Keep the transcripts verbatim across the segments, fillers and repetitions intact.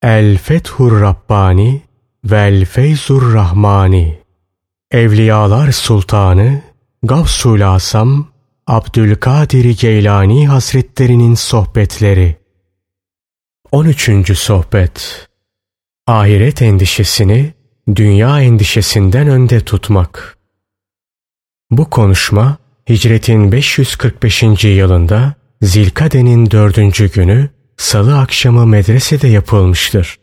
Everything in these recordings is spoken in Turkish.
El Fethur Rabbani vel Feyzur Rahmani. Evliyalar Sultanı Gavsul Asam Abdülkadir Geylani Hazretlerinin sohbetleri. on üçüncü sohbet. Ahiret endişesini dünya endişesinden önde tutmak. Bu konuşma Hicretin beş yüz kırk beşinci yılında Zilkade'nin dördüncü günü Salı akşamı medresede yapılmıştır.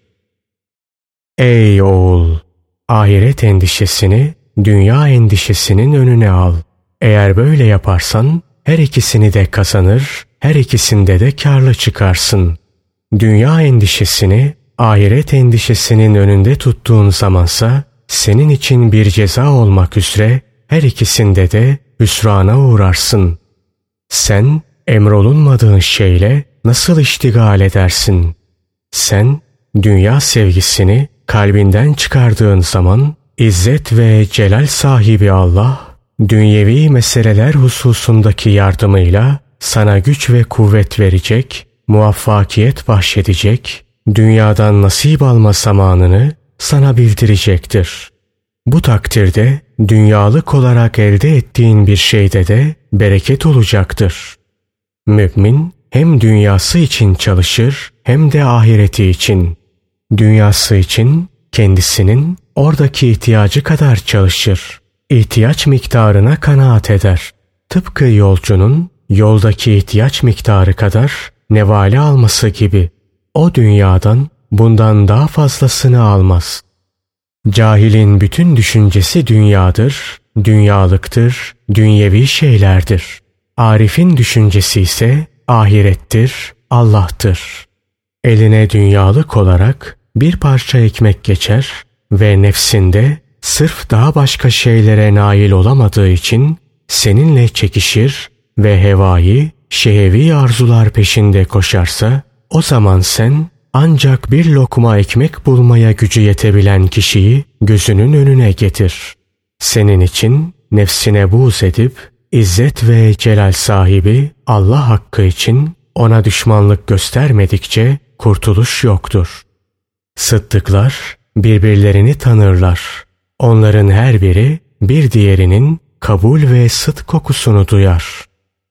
Ey oğul! Ahiret endişesini dünya endişesinin önüne al. Eğer böyle yaparsan her ikisini de kazanır, her ikisinde de kârlı çıkarsın. Dünya endişesini ahiret endişesinin önünde tuttuğun zamansa senin için bir ceza olmak üzere her ikisinde de hüsrana uğrarsın. Sen emrolunmadığın şeyle nasıl iştigal edersin? Sen dünya sevgisini kalbinden çıkardığın zaman İzzet ve celal sahibi Allah, dünyevi meseleler hususundaki yardımıyla sana güç ve kuvvet verecek, muvaffakiyet bahşedecek, dünyadan nasip alma zamanını sana bildirecektir. Bu takdirde dünyalık olarak elde ettiğin bir şeyde de bereket olacaktır. Mümin hem dünyası için çalışır hem de ahireti için. Dünyası için kendisinin oradaki ihtiyacı kadar çalışır. İhtiyaç miktarına kanaat eder. Tıpkı yolcunun yoldaki ihtiyaç miktarı kadar nevale alması gibi. O dünyadan bundan daha fazlasını almaz. Cahilin bütün düşüncesi dünyadır, dünyalıktır, dünyevi şeylerdir. Arif'in düşüncesi ise ahirettir, Allah'tır. Eline dünyalık olarak bir parça ekmek geçer ve nefsinde sırf daha başka şeylere nail olamadığı için seninle çekişir ve hevai, şehevi arzular peşinde koşarsa, o zaman sen ancak bir lokma ekmek bulmaya gücü yetebilen kişiyi gözünün önüne getir. Senin için nefsine buğz edip İzzet ve celal sahibi Allah hakkı için ona düşmanlık göstermedikçe kurtuluş yoktur. Sıddıklar birbirlerini tanırlar. Onların her biri bir diğerinin kabul ve sıdk kokusunu duyar.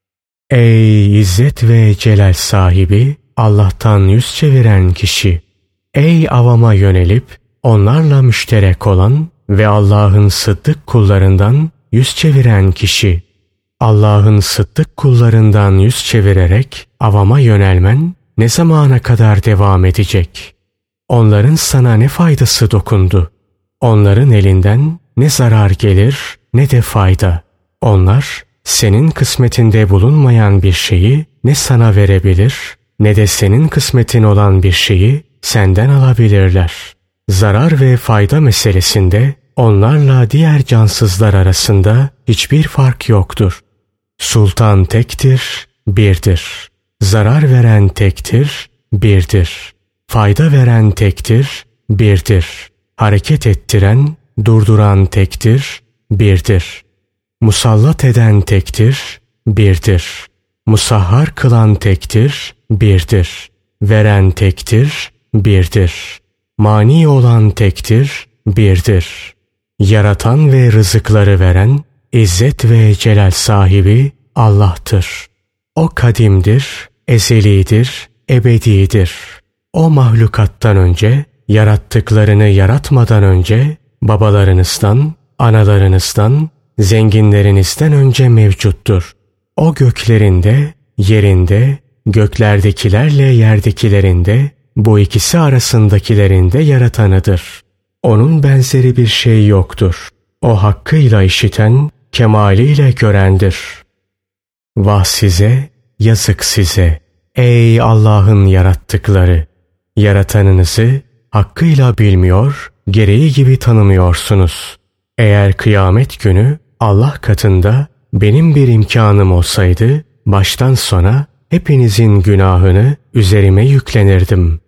Ey İzzet ve celal sahibi, Allah'tan yüz çeviren kişi! Ey avama yönelip onlarla müşterek olan ve Allah'ın sıddık kullarından yüz çeviren kişi! Allah'ın sıddık kullarından yüz çevirerek avama yönelmen ne zamana kadar devam edecek? Onların sana ne faydası dokundu? Onların elinden ne zarar gelir ne de fayda. Onlar senin kısmetinde bulunmayan bir şeyi ne sana verebilir ne de senin kısmetin olan bir şeyi senden alabilirler. Zarar ve fayda meselesinde onlarla diğer cansızlar arasında hiçbir fark yoktur. Sultan tektir, birdir. Zarar veren tektir, birdir. Fayda veren tektir, birdir. Hareket ettiren, durduran tektir, birdir. Musallat eden tektir, birdir. Musahhar kılan tektir, birdir. Veren tektir, birdir. Mani olan tektir, birdir. Yaratan ve rızıkları veren, İzzet ve celal sahibi Allah'tır. O kadimdir, ezelidir, ebedidir. O mahlukattan önce, yarattıklarını yaratmadan önce, babalarınızdan, analarınızdan, zenginlerinizden önce mevcuttur. O göklerinde, yerinde, göklerdekilerle yerdekilerinde, bu ikisi arasındakilerinde yaratanıdır. Onun benzeri bir şey yoktur. O hakkıyla işiten, kemaliyle görendir. Vah size, yazık size. Ey Allah'ın yarattıkları! Yaratanınızı hakkıyla bilmiyor, gereği gibi tanımıyorsunuz. Eğer kıyamet günü Allah katında benim bir imkanım olsaydı, baştan sona hepinizin günahını üzerime yüklenirdim.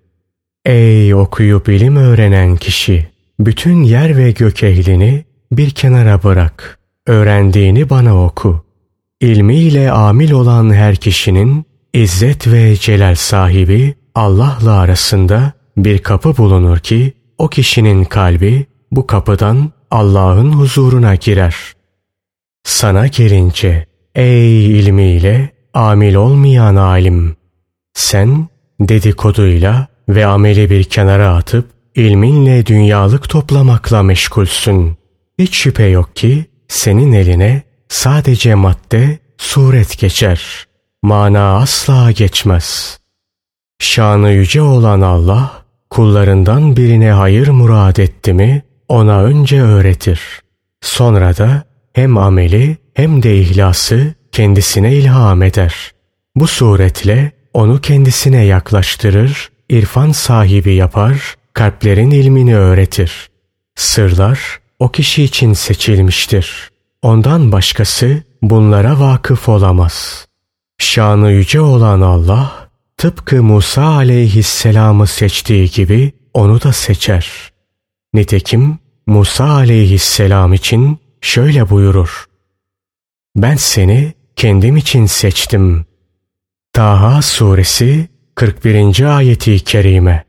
Ey okuyup ilim öğrenen kişi! Bütün yer ve gök ehlini bir kenara bırak. Öğrendiğini bana oku. İlmiyle amil olan her kişinin İzzet ve celal sahibi Allah'la arasında bir kapı bulunur ki o kişinin kalbi bu kapıdan Allah'ın huzuruna girer. Sana gelince ey ilmiyle amil olmayan alim, sen dedikoduyla ve ameli bir kenara atıp ilminle dünyalık toplamakla meşgulsün. Hiç şüphe yok ki senin eline sadece madde, suret geçer. Mana asla geçmez. Şanı yüce olan Allah, kullarından birine hayır murad etti mi ona önce öğretir. Sonra da hem ameli hem de ihlası kendisine ilham eder. Bu suretle onu kendisine yaklaştırır, irfan sahibi yapar, kalplerin ilmini öğretir. Sırlar o kişi için seçilmiştir. Ondan başkası bunlara vakıf olamaz. Şanı yüce olan Allah, tıpkı Musa aleyhisselamı seçtiği gibi onu da seçer. Nitekim Musa aleyhisselam için şöyle buyurur: ben seni kendim için seçtim. Taha suresi kırk birinci ayeti kerime.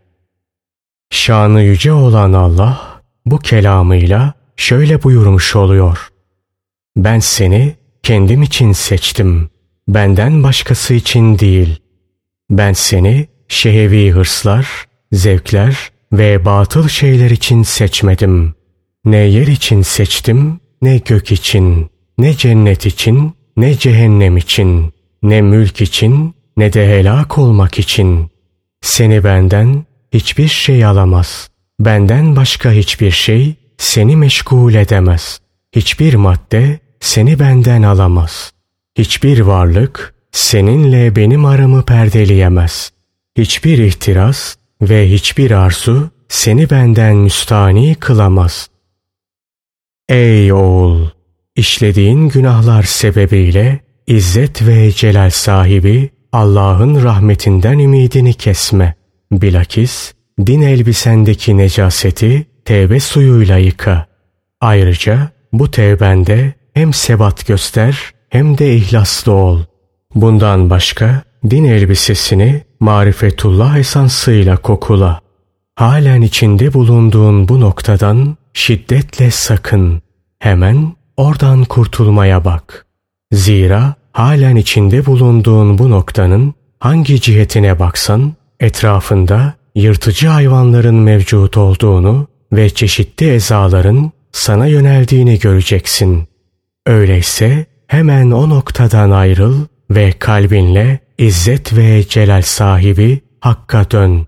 Şanı yüce olan Allah bu kelamıyla şöyle buyurmuş oluyor: ben seni kendim için seçtim, benden başkası için değil. Ben seni şehevi hırslar, zevkler ve batıl şeyler için seçmedim. Ne yer için seçtim, ne gök için, ne cennet için, ne cehennem için, ne mülk için, ne de helak olmak için. Seni benden hiçbir şey alamaz. Benden başka hiçbir şey seni meşgul edemez. Hiçbir madde seni benden alamaz. Hiçbir varlık seninle benim aramı perdeleyemez. Hiçbir ihtiras ve hiçbir arzu seni benden müstani kılamaz. Ey oğul! İşlediğin günahlar sebebiyle İzzet ve celal sahibi Allah'ın rahmetinden ümidini kesme. Bilakis din elbisendeki necaseti tevbe suyuyla yıka. Ayrıca bu tevbende hem sebat göster hem de ihlaslı ol. Bundan başka din elbisesini marifetullah esansıyla kokula. Halen içinde bulunduğun bu noktadan şiddetle sakın. Hemen oradan kurtulmaya bak. Zira halen içinde bulunduğun bu noktanın hangi cihetine baksan etrafında yırtıcı hayvanların mevcut olduğunu ve çeşitli ezaların sana yöneldiğini göreceksin. Öyleyse hemen o noktadan ayrıl ve kalbinle İzzet ve celal sahibi Hakk'a dön.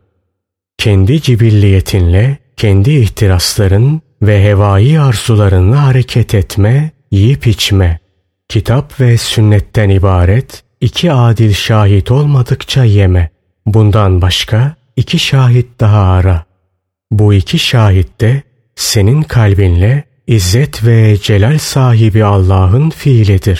Kendi cibilliyetinle, kendi ihtirasların ve hevai arzularınla hareket etme, yiyip içme. Kitap ve sünnetten ibaret iki adil şahit olmadıkça yeme. Bundan başka iki şahit daha ara. Bu iki şahit de senin kalbinle İzzet ve celal sahibi Allah'ın fiilidir.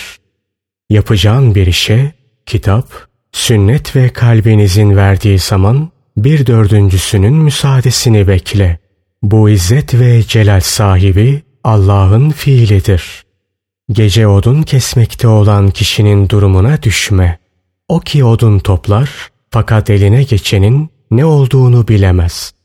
Yapacağın bir işe kitap, sünnet ve kalbin izin verdiği zaman bir dördüncüsünün müsaadesini bekle. Bu İzzet ve celal sahibi Allah'ın fiilidir. Gece odun kesmekte olan kişinin durumuna düşme. O ki odun toplar fakat eline geçenin ne olduğunu bilemez.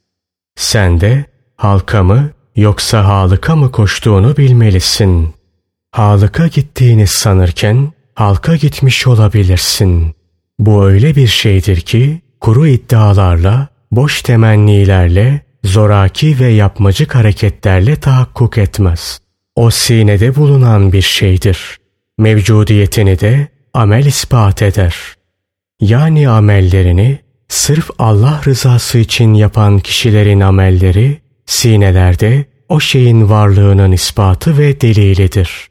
Sen de halka mı yoksa halıka mı koştuğunu bilmelisin. Halıka gittiğini sanırken halka gitmiş olabilirsin. Bu öyle bir şeydir ki kuru iddialarla, boş temennilerle, zoraki ve yapmacık hareketlerle tahakkuk etmez. O sinede bulunan bir şeydir. Mevcudiyetini de amel ispat eder. Yani amellerini sırf Allah rızası için yapan kişilerin amelleri, sinelerde o şeyin varlığının ispatı ve delilidir.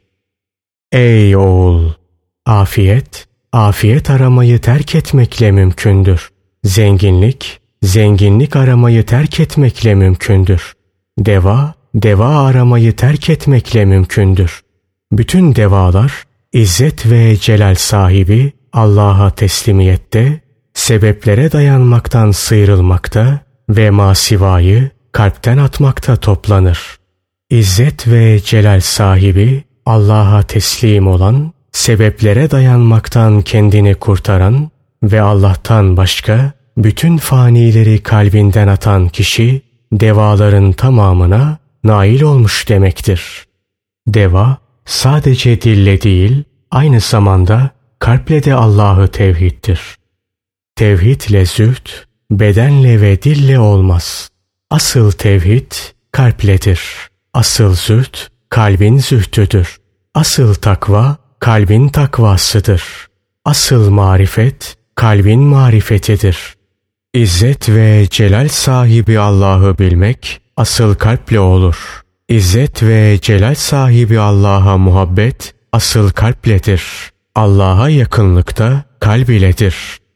Ey oğul! Afiyet, afiyet aramayı terk etmekle mümkündür. Zenginlik, zenginlik aramayı terk etmekle mümkündür. Deva, deva aramayı terk etmekle mümkündür. Bütün devalar, İzzet ve celal sahibi Allah'a teslimiyette, sebeplere dayanmaktan sıyrılmakta ve masivayı kalpten atmakta toplanır. İzzet ve celal sahibi Allah'a teslim olan, sebeplere dayanmaktan kendini kurtaran ve Allah'tan başka bütün fanileri kalbinden atan kişi devaların tamamına nail olmuş demektir. Deva sadece dille değil, aynı zamanda kalple de Allah'ı tevhiddir. Tevhidle zühd, bedenle ve dille olmaz. Asıl tevhid kalpledir. Asıl zühd kalbin zühdüdür. Asıl takva kalbin takvasıdır. Asıl marifet kalbin marifetidir. İzzet ve celal sahibi Allah'ı bilmek asıl kalple olur. İzzet ve celal sahibi Allah'a muhabbet asıl kalpledir. Allah'a yakınlıkta kalb iledir.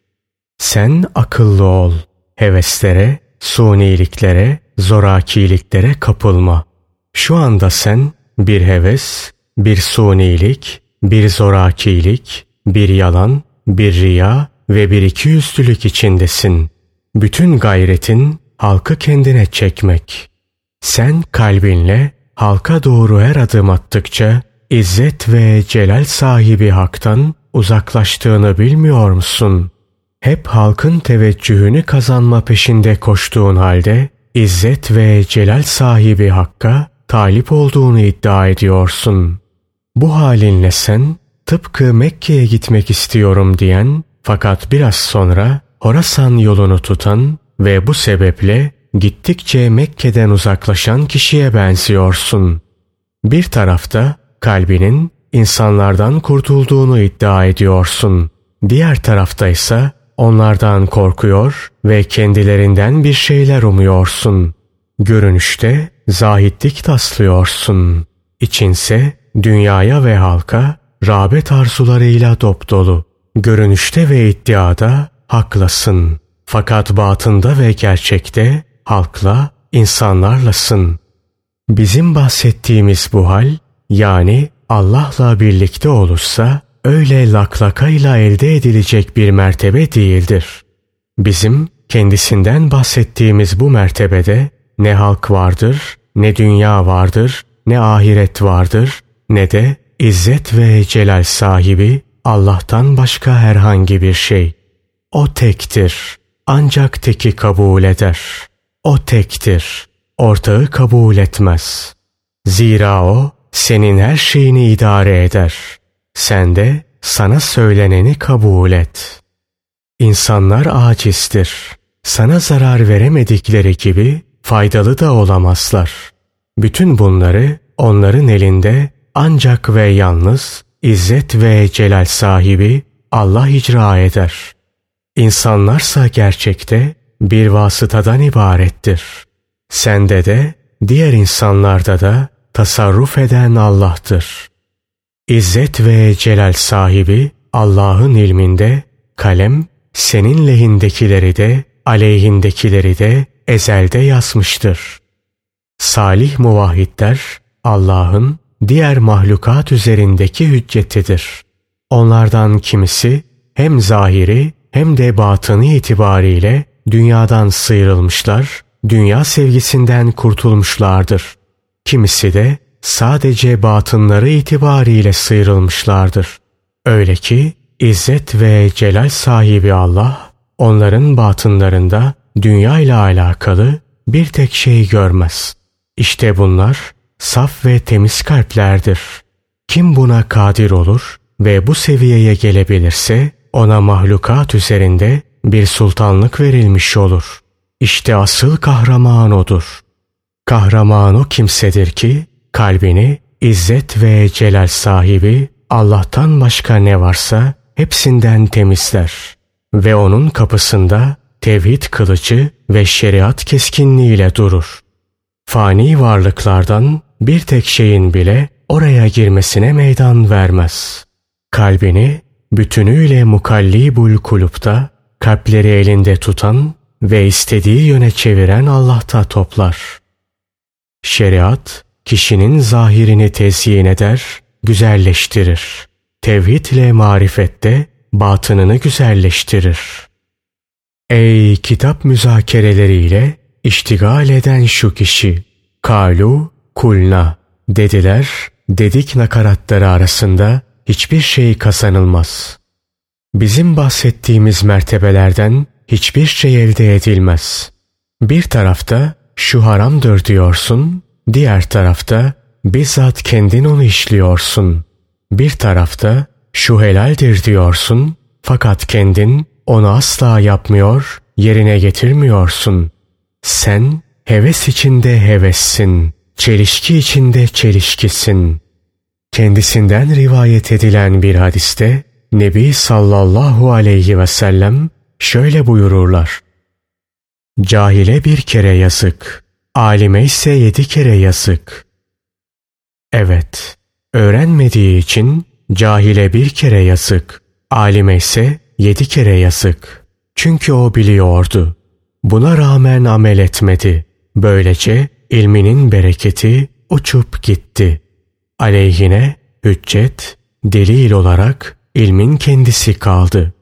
Sen akıllı ol. Heveslere, suniliklere, zorakiliklere kapılma. Şu anda sen bir heves, bir sunilik, bir zorakilik, bir yalan, bir riya ve bir ikiyüzlülük içindesin. Bütün gayretin halkı kendine çekmek. Sen kalbinle halka doğru her adım attıkça İzzet ve celal sahibi haktan uzaklaştığını bilmiyor musun? Hep halkın teveccühünü kazanma peşinde koştuğun halde İzzet ve celal sahibi hakka talip olduğunu iddia ediyorsun. Bu halinle sen tıpkı Mekke'ye gitmek istiyorum diyen fakat biraz sonra Horasan yolunu tutan ve bu sebeple gittikçe Mekke'den uzaklaşan kişiye benziyorsun. Bir tarafta kalbinin insanlardan kurtulduğunu iddia ediyorsun. Diğer tarafta ise onlardan korkuyor ve kendilerinden bir şeyler umuyorsun. Görünüşte zahitlik taslıyorsun. İçinse dünyaya ve halka rağbet arzularıyla dopdolu. Görünüşte ve iddiada haklısın. Fakat batında ve gerçekte halkla, insanlarlasın. Bizim bahsettiğimiz bu hal, yani Allah'la birlikte olursa öyle laklakayla elde edilecek bir mertebe değildir. Bizim kendisinden bahsettiğimiz bu mertebede ne halk vardır, ne dünya vardır, ne ahiret vardır, ne de İzzet ve celal sahibi Allah'tan başka herhangi bir şey. O tektir, ancak teki kabul eder. O tektir, ortağı kabul etmez. Zira o senin her şeyini idare eder. Sen de sana söyleneni kabul et. İnsanlar acizdir. Sana zarar veremedikleri gibi faydalı da olamazlar. Bütün bunları onların elinde ancak ve yalnız İzzet ve celal sahibi Allah icra eder. İnsanlarsa gerçekte bir vasıtadan ibarettir. Sende de diğer insanlarda da tasarruf eden Allah'tır. İzzet ve celal sahibi Allah'ın ilminde kalem senin lehindekileri de aleyhindekileri de ezelde yazmıştır. Salih muvahhidler Allah'ın diğer mahlukat üzerindeki hüccetidir. Onlardan kimisi hem zahiri hem de batını itibariyle dünyadan sıyrılmışlar, dünya sevgisinden kurtulmuşlardır. Kimisi de sadece batınları itibariyle sıyrılmışlardır. Öyle ki İzzet ve celal sahibi Allah onların batınlarında dünya ile alakalı bir tek şey görmez. İşte bunlar saf ve temiz kalplerdir. Kim buna kadir olur ve bu seviyeye gelebilirse ona mahlukat üzerinde bir sultanlık verilmiş olur. İşte asıl kahraman odur. Kahraman o kimsedir ki kalbini İzzet ve celal sahibi Allah'tan başka ne varsa hepsinden temizler ve onun kapısında tevhid kılıcı ve şeriat keskinliğiyle durur. Fani varlıklardan bir tek şeyin bile oraya girmesine meydan vermez. Kalbini bütünüyle mukallibul kulupta, kalpleri elinde tutan ve istediği yöne çeviren Allah'ta toplar. Şeriat, kişinin zahirini tezyin eder, güzelleştirir. Tevhid ile marifette batınını güzelleştirir. Ey kitap müzakereleriyle iştigal eden şu kişi! Kalu, kulna dediler, dedik nakaratları arasında hiçbir şey kazanılmaz. Bizim bahsettiğimiz mertebelerden hiçbir şey elde edilmez. Bir tarafta şu haramdır diyorsun, diğer tarafta bizzat kendin onu işliyorsun. Bir tarafta şu helaldir diyorsun, fakat kendin onu asla yapmıyor, yerine getirmiyorsun. Sen heves içinde hevessin, çelişki içinde çelişkisin. Kendisinden rivayet edilen bir hadiste Nebi sallallahu aleyhi ve sellem şöyle buyururlar: Cahile bir kere yazık, alime ise yedi kere yazık. Evet, öğrenmediği için cahile bir kere yazık, alime ise yedi kere yazık. Çünkü o biliyordu. Buna rağmen amel etmedi. Böylece ilminin bereketi uçup gitti. Aleyhine hüccet, delil olarak ilmin kendisi kaldı.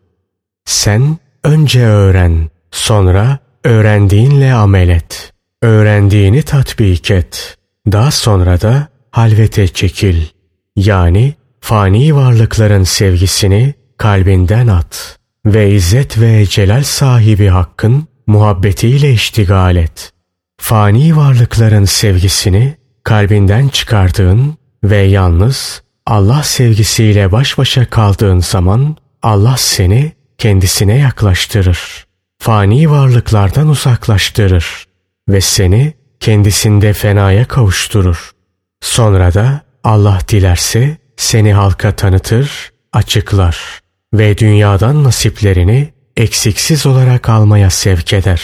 Sen önce öğren, sonra öğrendiğinle amel et. Öğrendiğini tatbik et. Daha sonra da halvete çekil. Yani fani varlıkların sevgisini kalbinden at ve izzet ve celal sahibi Hakk'ın muhabbetiyle iştigal et. Fani varlıkların sevgisini kalbinden çıkardığın ve yalnız Allah sevgisiyle baş başa kaldığın zaman Allah seni kendisine yaklaştırır. Fani varlıklardan uzaklaştırır ve seni kendisinde fenaya kavuşturur. Sonra da Allah dilerse seni halka tanıtır, açıklar ve dünyadan nasiplerini eksiksiz olarak almaya sevk eder.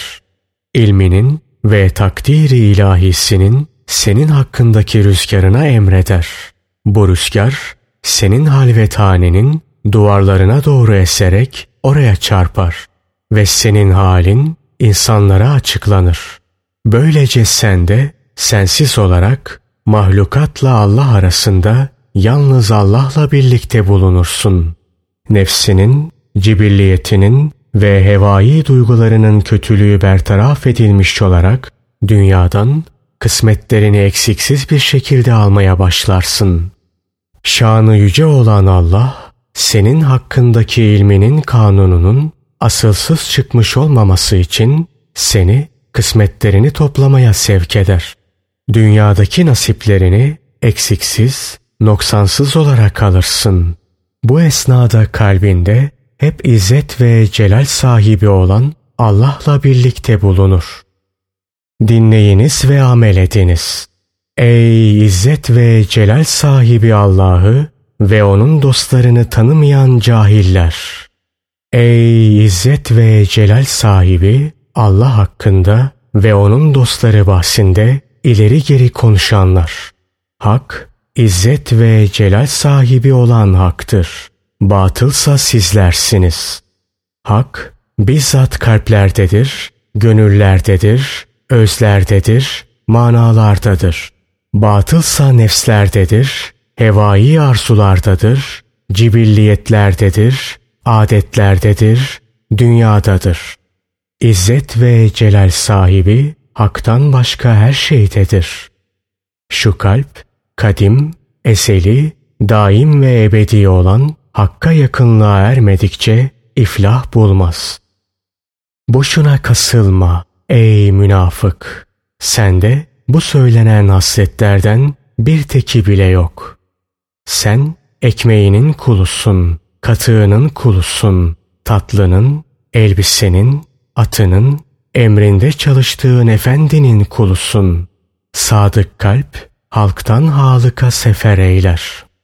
İlminin ve takdiri ilahisinin senin hakkındaki rüzgarına emreder. Bu rüzgar senin halvethanenin duvarlarına doğru eserek oraya çarpar ve senin halin insanlara açıklanır. Böylece sen de sensiz olarak mahlukatla Allah arasında yalnız Allah'la birlikte bulunursun. Nefsinin, cibilliyetinin ve hevai duygularının kötülüğü bertaraf edilmiş olarak dünyadan kısmetlerini eksiksiz bir şekilde almaya başlarsın. Şanı yüce olan Allah, senin hakkındaki ilminin kanununun asılsız çıkmış olmaması için seni kısmetlerini toplamaya sevk eder. Dünyadaki nasiplerini eksiksiz, noksansız olarak alırsın. Bu esnada kalbinde hep izzet ve celal sahibi olan Allah'la birlikte bulunur. Dinleyiniz ve amel ediniz. Ey izzet ve celal sahibi Allah'ı ve onun dostlarını tanımayan cahiller! Ey izzet ve celal sahibi Allah hakkında ve onun dostları bahsinde ileri geri konuşanlar! Hak, İzzet ve celal sahibi olan Hak'tır. Batılsa sizlersiniz. Hak, bizzat kalplerdedir, gönüllerdedir, özlerdedir, manalardadır. Batılsa nefslerdedir, hevai arzulardadır, cibilliyetlerdedir, adetlerdedir, dünyadadır. İzzet ve celal sahibi Hak'tan başka her şeydedir. Şu kalp, kadim, eseli, daim ve ebedi olan Hakk'a yakınlığa ermedikçe iflah bulmaz. Boşuna kasılma ey münafık! Sende bu söylenen hasletlerden bir teki bile yok. Sen ekmeğinin kulusun, katığının kulusun, tatlının, elbisenin, atının, emrinde çalıştığın efendinin kulusun. Sadık kalp, halktan halıka sefer eyler.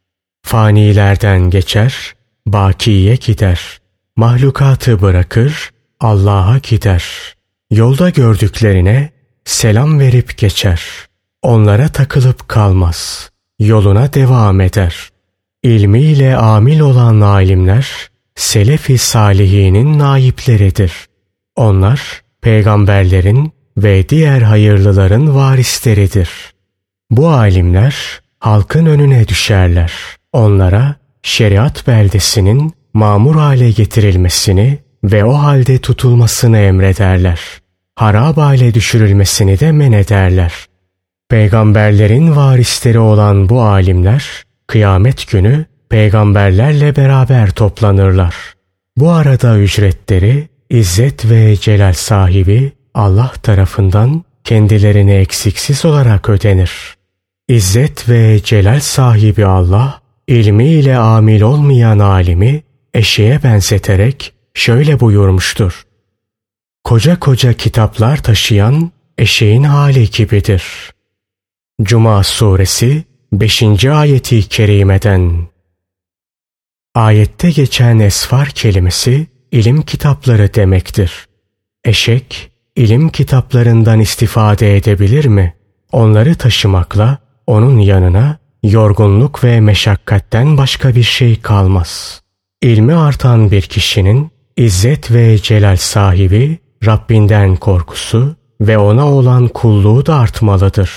Fanilerden geçer, bakiye gider. Mahlukatı bırakır, Allah'a gider. Yolda gördüklerine selam verip geçer. Onlara takılıp kalmaz. Yoluna devam eder. İlmiyle amil olan alimler, selef-i salihinin naipleridir. Onlar, peygamberlerin ve diğer hayırlıların varisleridir. Bu alimler halkın önüne düşerler. Onlara şeriat beldesinin mamur hale getirilmesini ve o halde tutulmasını emrederler. Harap hale düşürülmesini de men ederler. Peygamberlerin varisleri olan bu alimler kıyamet günü peygamberlerle beraber toplanırlar. Bu arada ücretleri İzzet ve celal sahibi Allah tarafından kendilerine eksiksiz olarak ödenir. İzzet ve celal sahibi Allah, ilmiyle amil olmayan alimi eşeğe benzeterek şöyle buyurmuştur: koca koca kitaplar taşıyan eşeğin hali gibidir. Cuma suresi beşinci ayeti kerimeden. Ayette geçen esfar kelimesi ilim kitapları demektir. Eşek, ilim kitaplarından istifade edebilir mi? Onları taşımakla onun yanına yorgunluk ve meşakkatten başka bir şey kalmaz. İlmi artan bir kişinin İzzet ve celal sahibi Rabbinden korkusu ve ona olan kulluğu da artmalıdır.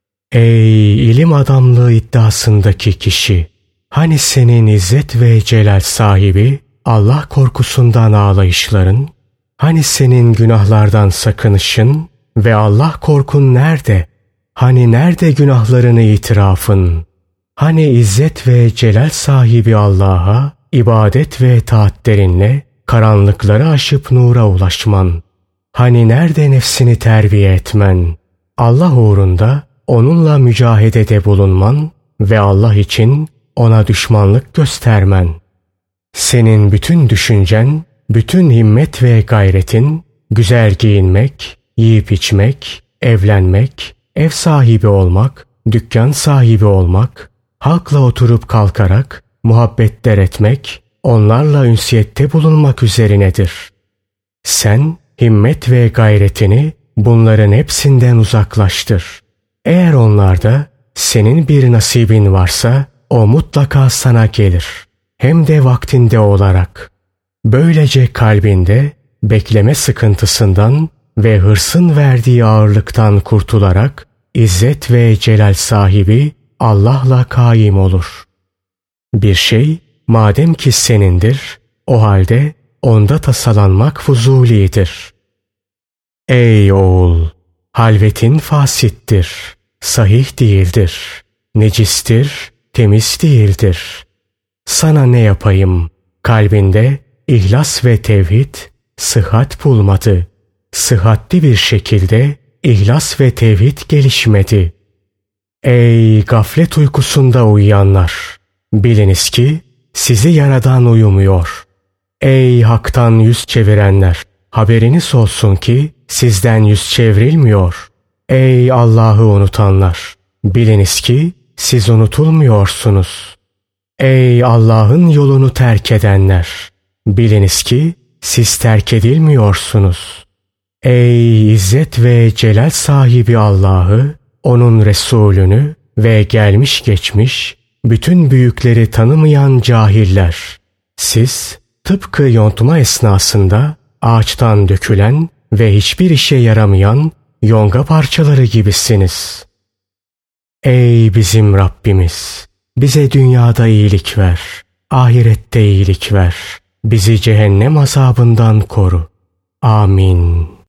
Ey ilim adamlığı iddiasındaki kişi! Hani senin İzzet ve celal sahibi Allah korkusundan ağlayışların? Hani senin günahlardan sakınışın ve Allah korkun nerede? Hani nerede günahlarını itirafın? Hani İzzet ve celal sahibi Allah'a ibadet ve taatlerinle karanlıkları aşıp nura ulaşman? Hani nerede nefsini terbiye etmen? Allah uğrunda onunla mücahedede bulunman ve Allah için ona düşmanlık göstermen? Senin bütün düşüncen, bütün himmet ve gayretin güzel giyinmek, yiyip içmek, evlenmek, ev sahibi olmak, dükkan sahibi olmak, halkla oturup kalkarak muhabbetler etmek, onlarla ünsiyette bulunmak üzerinedir. Sen himmet ve gayretini bunların hepsinden uzaklaştır. Eğer onlarda senin bir nasibin varsa o mutlaka sana gelir. Hem de vaktinde olarak. Böylece kalbinde bekleme sıkıntısından ve hırsın verdiği ağırlıktan kurtularak İzzet ve celal sahibi Allah'la kaim olur. Bir şey madem ki senindir, o halde onda tasalanmak fuzulidir. Ey oğul! Halvetin fasittir, sahih değildir, necistir, temiz değildir. Sana ne yapayım? Kalbinde ihlas ve tevhid sıhhat bulmadı. Sıhhatli bir şekilde ihlas ve tevhid gelişmedi. Ey gaflet uykusunda uyuyanlar! Biliniz ki sizi yaradan uyumuyor. Ey haktan yüz çevirenler! Haberiniz olsun ki sizden yüz çevrilmiyor. Ey Allah'ı unutanlar! Biliniz ki siz unutulmuyorsunuz. Ey Allah'ın yolunu terk edenler! Biliniz ki siz terk edilmiyorsunuz. Ey İzzet ve celal sahibi Allah'ı, onun Resulünü ve gelmiş geçmiş bütün büyükleri tanımayan cahiller! Siz tıpkı yontma esnasında ağaçtan dökülen ve hiçbir işe yaramayan yonga parçaları gibisiniz. Ey bizim Rabbimiz! Bize dünyada iyilik ver, ahirette iyilik ver. Bizi cehennem azabından koru. Amin.